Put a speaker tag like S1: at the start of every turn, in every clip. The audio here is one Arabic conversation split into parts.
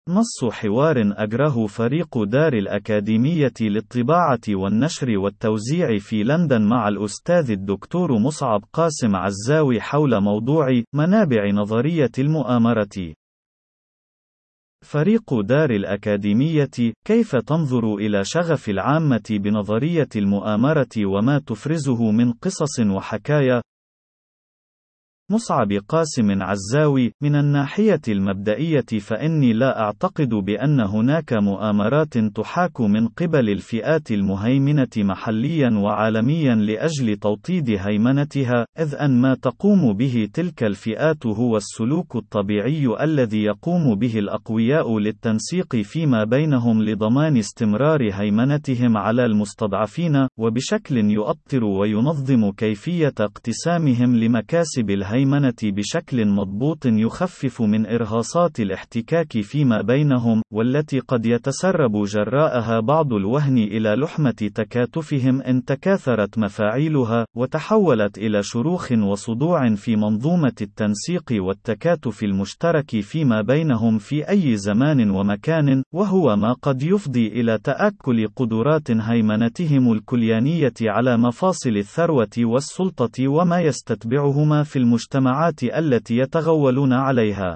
S1: نص حوار أجره فريق دار الأكاديمية للطباعة والنشر والتوزيع في لندن مع الأستاذ الدكتور مصعب قاسم عزاوي حول موضوع منابع نظرية المؤامرة. فريق دار الأكاديمية: كيف تنظر إلى شغف العامة بنظرية المؤامرة وما تفرزه من قصص وحكايا؟ مصعب قاسم عزاوي: من الناحية المبدئية فإني لا أعتقد بأن هناك مؤامرات تحاك من قبل الفئات المهيمنة محليا وعالميا لأجل توطيد هيمنتها، إذ أن ما تقوم به تلك الفئات هو السلوك الطبيعي الذي يقوم به الأقوياء للتنسيق فيما بينهم لضمان استمرار هيمنتهم على المستضعفين، وبشكل يؤطر وينظم كيفية اقتسامهم لمكاسب الهيمنة بشكل مضبوط يخفف من إرهاصات الاحتكاك فيما بينهم، والتي قد يتسرب جراءها بعض الوهن إلى لحمة تكاتفهم إن تكاثرت مفاعيلها، وتحولت إلى شروخ وصدوع في منظومة التنسيق والتكاتف المشترك فيما بينهم في أي زمان ومكان، وهو ما قد يفضي إلى تآكل قدرات هيمنتهم الكليانية على مفاصل الثروة والسلطة وما يستتبعهما في المجتمعات التي يتغولون عليها.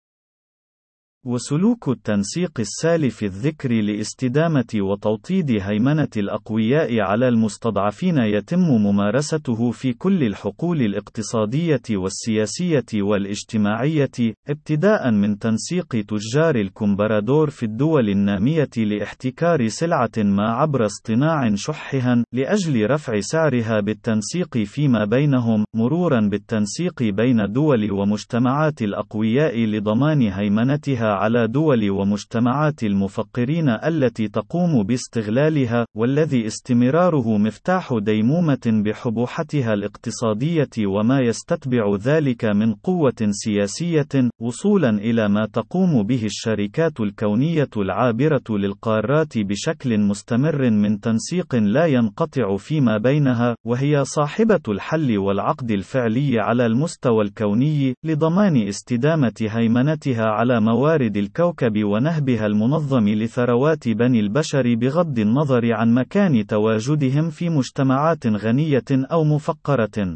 S1: وسلوك التنسيق السالف الذكر لاستدامة وتوطيد هيمنة الأقوياء على المستضعفين يتم ممارسته في كل الحقول الاقتصادية والسياسية والاجتماعية، ابتداء من تنسيق تجار الكمبرادور في الدول النامية لاحتكار سلعة ما عبر اصطناع شحها لأجل رفع سعرها بالتنسيق فيما بينهم، مرورا بالتنسيق بين دول ومجتمعات الأقوياء لضمان هيمنتها على دول ومجتمعات المفقرين التي تقوم باستغلالها، والذي استمراره مفتاح ديمومة بحبوحتها الاقتصادية وما يستتبع ذلك من قوة سياسية، وصولا إلى ما تقوم به الشركات الكونية العابرة للقارات بشكل مستمر من تنسيق لا ينقطع فيما بينها، وهي صاحبة الحل والعقد الفعلي على المستوى الكوني، لضمان استدامة هيمنتها على موارد الكوكب ونهبها المنظم لثروات بني البشر بغض النظر عن مكان تواجدهم في مجتمعات غنية أو مفقرة.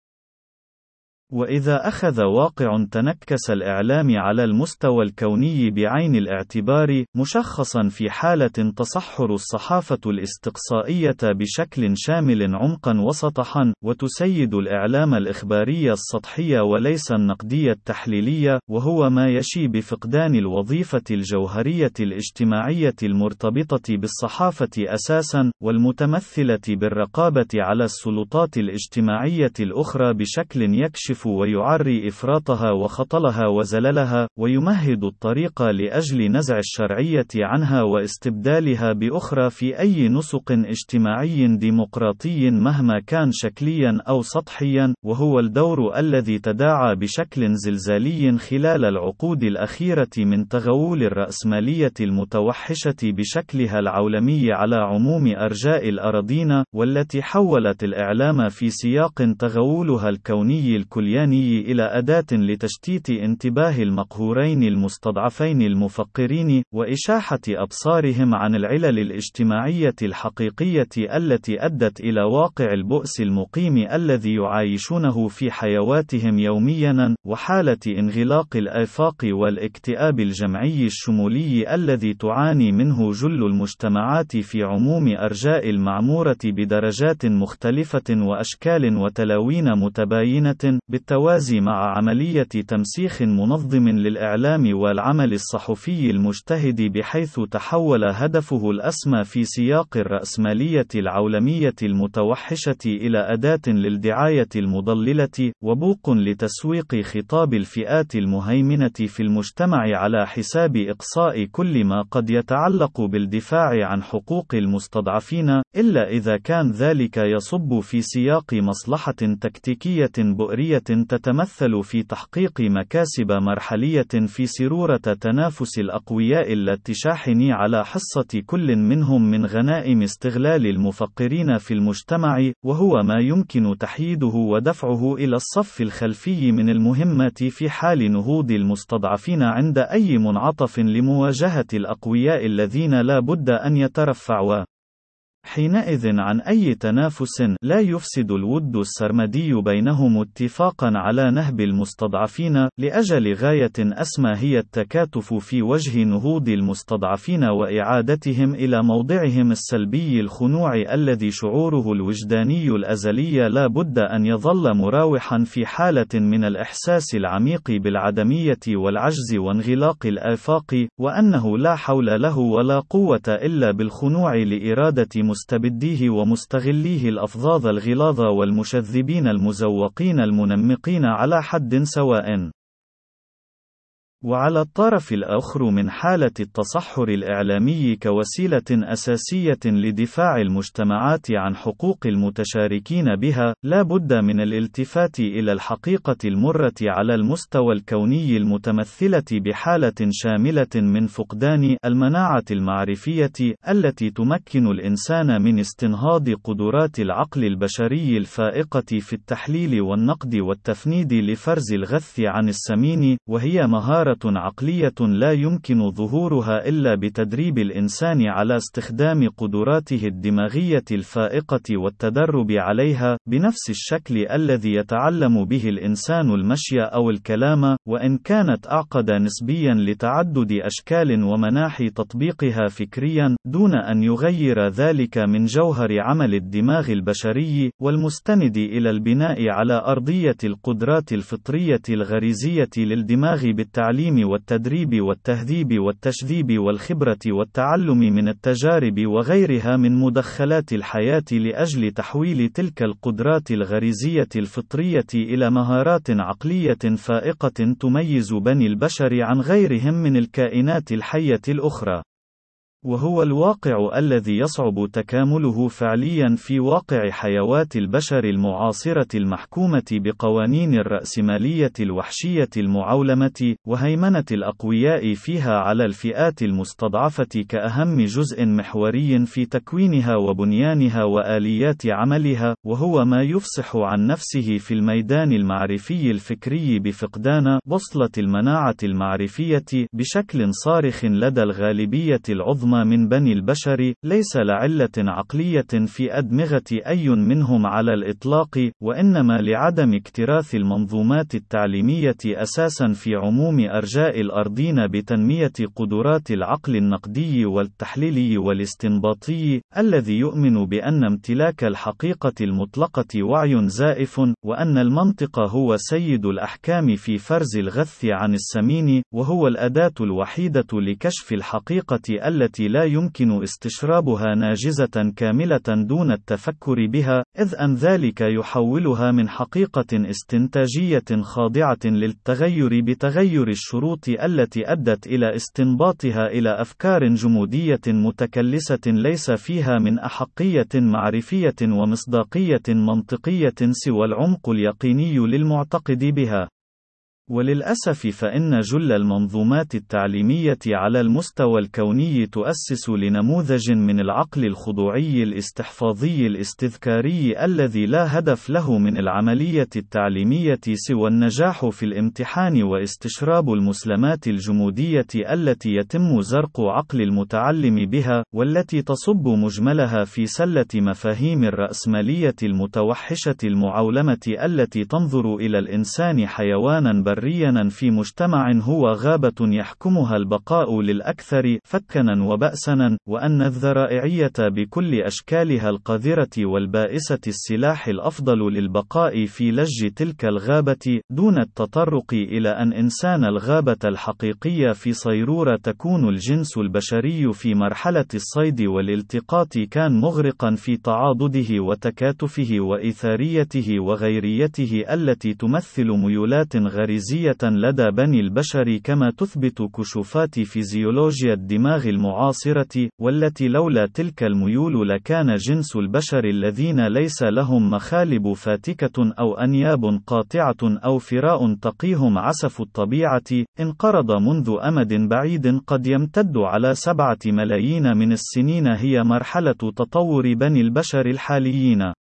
S1: وإذا أخذ واقع تنكس الإعلام على المستوى الكوني بعين الاعتبار، مشخصا في حالة تصحر الصحافة الاستقصائية بشكل شامل عمقا وسطحا، وتسيد الإعلام الإخباري السطحي وليس النقدي التحليلي، وهو ما يشي بفقدان الوظيفة الجوهرية الاجتماعية المرتبطة بالصحافة أساسا، والمتمثلة بالرقابة على السلطات الاجتماعية الأخرى بشكل يكشف ويعري إفراطها وخطلها وزللها، ويمهد الطريق لأجل نزع الشرعية عنها واستبدالها بأخرى في أي نسق اجتماعي ديمقراطي مهما كان شكليا أو سطحيا، وهو الدور الذي تداعى بشكل زلزالي خلال العقود الأخيرة من تغول الرأسمالية المتوحشة بشكلها العولمي على عموم أرجاء الأراضين، والتي حولت الإعلام في سياق تغولها الكوني الكلياني إلى أداة لتشتيت انتباه المقهورين المستضعفين المفقرين، وإشاحة أبصارهم عن العلل الاجتماعية الحقيقية التي أدت إلى واقع البؤس المقيم الذي يعايشونه في حيواتهم يوميا، وحالة انغلاق الآفاق والاكتئاب الجمعي الشمولي الذي تعاني منه جل المجتمعات في عموم أرجاء المعمورة بدرجات مختلفة وأشكال وتلاوين متباينة، بالتوازي مع عملية تمسيخ منظم للإعلام والعمل الصحفي المجتهد، بحيث تحول هدفه الأسمى في سياق الرأسمالية العولمية المتوحشة إلى أداة للدعاية المضللة، وبوق لتسويق خطاب الفئات المهيمنة في المجتمع على حساب إقصاء كل ما قد يتعلق بالدفاع عن حقوق المستضعفين، إلا إذا كان ذلك يصب في سياق مصلحة تكتيكية بؤرية تتمثل في تحقيق مكاسب مرحلية في سيرورة تنافس الأقوياء التي تشاحن على حصة كل منهم من غنائم استغلال المفقرين في المجتمع، وهو ما يمكن تحييده ودفعه إلى الصف الخلفي من المهمات في حال نهوض المستضعفين عند أي منعطف لمواجهة الأقوياء الذين لا بد أن يترفعوا حينئذ عن أي تنافس. لا يفسد الود السرمدي بينهم اتفاقا على نهب المستضعفين لأجل غاية أسمى هي التكاتف في وجه نهوض المستضعفين وإعادتهم إلى موضعهم السلبي الخنوع الذي شعوره الوجداني الأزلي لا بد أن يظل مراوحا في حالة من الإحساس العميق بالعدمية والعجز وانغلاق الآفاق، وأنه لا حول له ولا قوة إلا بالخنوع لإرادة مستبديه ومستغليه الأفظاظ الغلاظ والمشذبين المزوقين المنمقين على حد سواء. وعلى الطرف الآخر من حالة التصحر الإعلامي كوسيلة أساسية لدفاع المجتمعات عن حقوق المتشاركين بها، لا بد من الالتفات إلى الحقيقة المرة على المستوى الكوني المتمثلة بحالة شاملة من فقدان المناعة المعرفية التي تمكن الإنسان من استنهاض قدرات العقل البشري الفائقة في التحليل والنقد والتفنيد لفرز الغث عن السمين، وهي مهارة عقلية لا يمكن ظهورها إلا بتدريب الإنسان على استخدام قدراته الدماغية الفائقة والتدرب عليها، بنفس الشكل الذي يتعلم به الإنسان المشي أو الكلام، وإن كانت أعقد نسبيا لتعدد أشكال ومناحي تطبيقها فكريا، دون أن يغير ذلك من جوهر عمل الدماغ البشري، والمستند إلى البناء على أرضية القدرات الفطرية الغريزية للدماغ بالتعليم والتدريب والتهذيب والتشذيب والخبرة والتعلم من التجارب وغيرها من مدخلات الحياة لأجل تحويل تلك القدرات الغريزية الفطرية إلى مهارات عقلية فائقة تميز بني البشر عن غيرهم من الكائنات الحية الأخرى. وهو الواقع الذي يصعب تكامله فعليا في واقع حيوات البشر المعاصرة المحكومة بقوانين الرأسمالية الوحشية المعولمة، وهيمنة الأقوياء فيها على الفئات المستضعفة كأهم جزء محوري في تكوينها وبنيانها وآليات عملها، وهو ما يفصح عن نفسه في الميدان المعرفي الفكري بفقدان بوصلة المناعة المعرفية بشكل صارخ لدى الغالبية العظمى من بني البشر، ليس لعلة عقلية في أدمغة أي منهم على الإطلاق، وإنما لعدم اكتراث المنظومات التعليمية أساسا في عموم أرجاء الأرضين بتنمية قدرات العقل النقدي والتحليلي والاستنباطي، الذي يؤمن بأن امتلاك الحقيقة المطلقة وعي زائف، وأن المنطق هو سيد الأحكام في فرز الغث عن السمين، وهو الأداة الوحيدة لكشف الحقيقة التي لا يمكن استشرابها ناجزة كاملة دون التفكر بها، إذ أن ذلك يحولها من حقيقة استنتاجية خاضعة للتغير بتغير الشروط التي أدت إلى استنباطها إلى أفكار جمودية متكلسة ليس فيها من أحقية معرفية ومصداقية منطقية سوى العمق اليقيني للمعتقد بها. وللأسف فإن جل المنظومات التعليمية على المستوى الكوني تؤسس لنموذج من العقل الخضوعي الاستحفاظي الاستذكاري الذي لا هدف له من العملية التعليمية سوى النجاح في الامتحان واستشراب المسلمات الجمودية التي يتم زرق عقل المتعلم بها، والتي تصب مجملها في سلة مفاهيم الرأسمالية المتوحشة المعولمة التي تنظر إلى الإنسان حيوانا بريا في مجتمع هو غابة يحكمها البقاء للأكثر فتكنا وبأسنا، وأن الذرائعية بكل أشكالها القذرة والبائسة السلاح الأفضل للبقاء في لج تلك الغابة، دون التطرق إلى أن إنسان الغابة الحقيقية في صيرورة تكون الجنس البشري في مرحلة الصيد والالتقاط كان مغرقا في تعاضده وتكاتفه وإثاريته وغيريته التي تمثل ميولات غريزية تركيزية لدى بني البشر كما تثبت كشوفات فيزيولوجيا الدماغ المعاصرة، والتي لولا تلك الميول لكان جنس البشر الذين ليس لهم مخالب فاتكة أو أنياب قاطعة أو فراء تقيهم عسف الطبيعة، انقرض منذ أمد بعيد قد يمتد على 7 ملايين من السنين هي مرحلة تطور بني البشر الحاليين.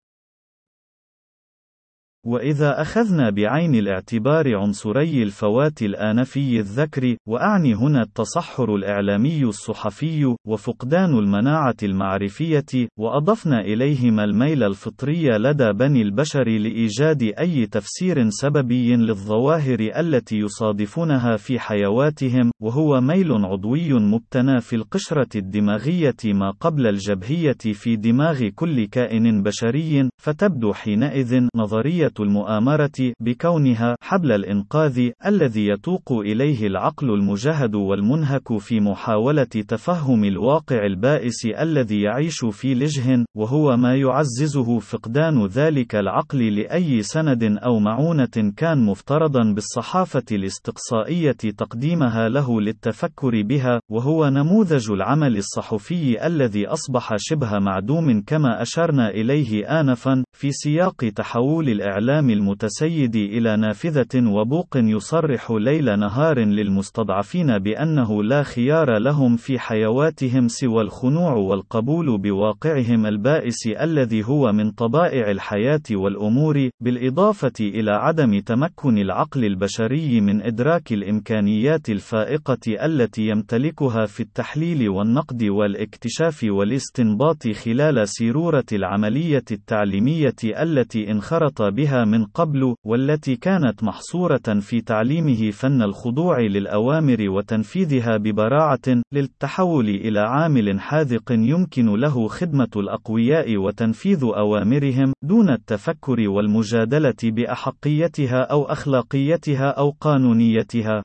S1: وإذا أخذنا بعين الاعتبار عنصري الفوات الآنفي الذكر، وأعني هنا التصحر الإعلامي الصحفي، وفقدان المناعة المعرفية، وأضفنا إليهما الميل الفطري لدى بني البشر لإيجاد أي تفسير سببي للظواهر التي يصادفونها في حيواتهم، وهو ميل عضوي مبتنى في القشرة الدماغية ما قبل الجبهية في دماغ كل كائن بشري، فتبدو حينئذ نظرية المؤامرة بكونها حبل الإنقاذ الذي يتوق إليه العقل المجهد والمنهك في محاولة تفهم الواقع البائس الذي يعيش في لجه، وهو ما يعززه فقدان ذلك العقل لأي سند أو معونة كان مفترضا بالصحافة الاستقصائية تقديمها له للتفكر بها، وهو نموذج العمل الصحفي الذي أصبح شبه معدوم كما أشرنا إليه آنفا، في سياق تحول الإعلام المتسيد إلى نافذة وبوق يصرح ليل نهار للمستضعفين بأنه لا خيار لهم في حيواتهم سوى الخنوع والقبول بواقعهم البائس الذي هو من طبائع الحياة والأمور، بالإضافة إلى عدم تمكن العقل البشري من إدراك الإمكانيات الفائقة التي يمتلكها في التحليل والنقد والاكتشاف والاستنباط خلال سيرورة العملية التعليمية التي انخرط بها من قبل، والتي كانت محصورة في تعليمه فن الخضوع للأوامر وتنفيذها ببراعة، للتحول إلى عامل حاذق يمكن له خدمة الأقوياء وتنفيذ أوامرهم، دون التفكر والمجادلة بأحقيتها أو أخلاقيتها أو قانونيتها.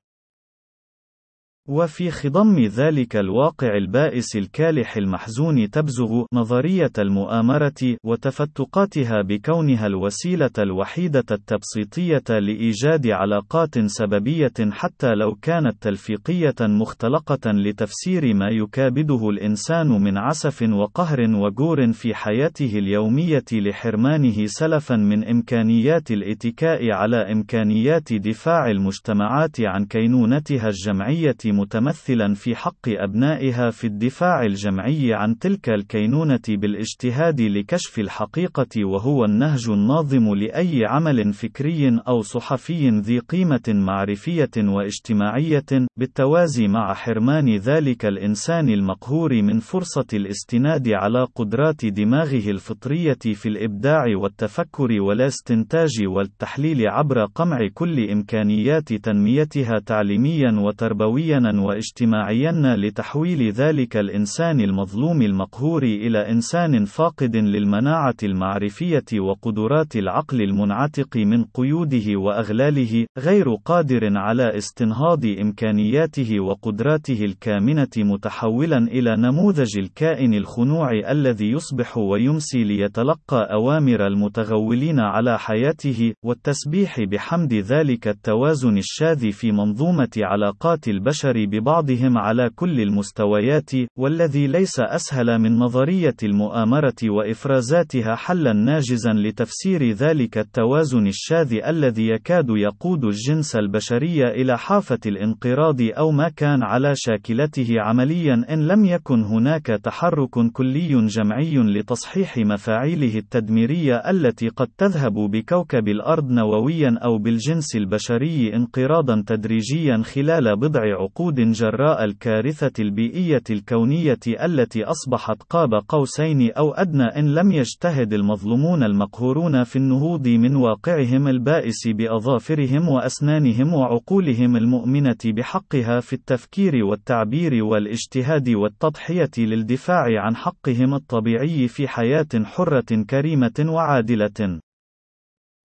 S1: وفي خضم ذلك الواقع البائس الكالح المحزون تبزغ نظرية المؤامرة وتفتقاتها بكونها الوسيلة الوحيدة التبسيطية لإيجاد علاقات سببية حتى لو كانت تلفيقية مختلقة لتفسير ما يكابده الإنسان من عسف وقهر وجور في حياته اليومية لحرمانه سلفا من إمكانيات الاتكاء على إمكانيات دفاع المجتمعات عن كينونتها الجمعية، متمثلا في حق أبنائها في الدفاع الجمعي عن تلك الكينونة بالاجتهاد لكشف الحقيقة، وهو النهج الناظم لأي عمل فكري أو صحفي ذي قيمة معرفية واجتماعية، بالتوازي مع حرمان ذلك الإنسان المقهور من فرصة الاستناد على قدرات دماغه الفطرية في الإبداع والتفكر والاستنتاج والتحليل عبر قمع كل إمكانيات تنميتها تعليميا وتربويا واجتماعيا، لتحويل ذلك الإنسان المظلوم المقهور إلى إنسان فاقد للمناعة المعرفية وقدرات العقل المنعتق من قيوده وأغلاله، غير قادر على استنهاض إمكانياته وقدراته الكامنة، متحولا إلى نموذج الكائن الخنوع الذي يصبح ويمسي ليتلقى أوامر المتغولين على حياته، والتسبيح بحمد ذلك التوازن الشاذ في منظومة علاقات البشر ببعضهم على كل المستويات، والذي ليس أسهل من نظرية المؤامرة وإفرازاتها حلا ناجزا لتفسير ذلك التوازن الشاذ الذي يكاد يقود الجنس البشري إلى حافة الانقراض أو ما كان على شاكلته عمليا، إن لم يكن هناك تحرك كلي جمعي لتصحيح مفاعيله التدميرية التي قد تذهب بكوكب الأرض نوويا أو بالجنس البشري انقراضا تدريجيا خلال بضع عقود جراء الكارثة البيئية الكونية التي أصبحت قاب قوسين أو أدنى إن لم يجتهد المظلومون المقهورون في النهوض من واقعهم البائس بأظافرهم وأسنانهم وعقولهم المؤمنة بحقها في التفكير والتعبير والاجتهاد والتضحية للدفاع عن حقهم الطبيعي في حياة حرة كريمة وعادلة.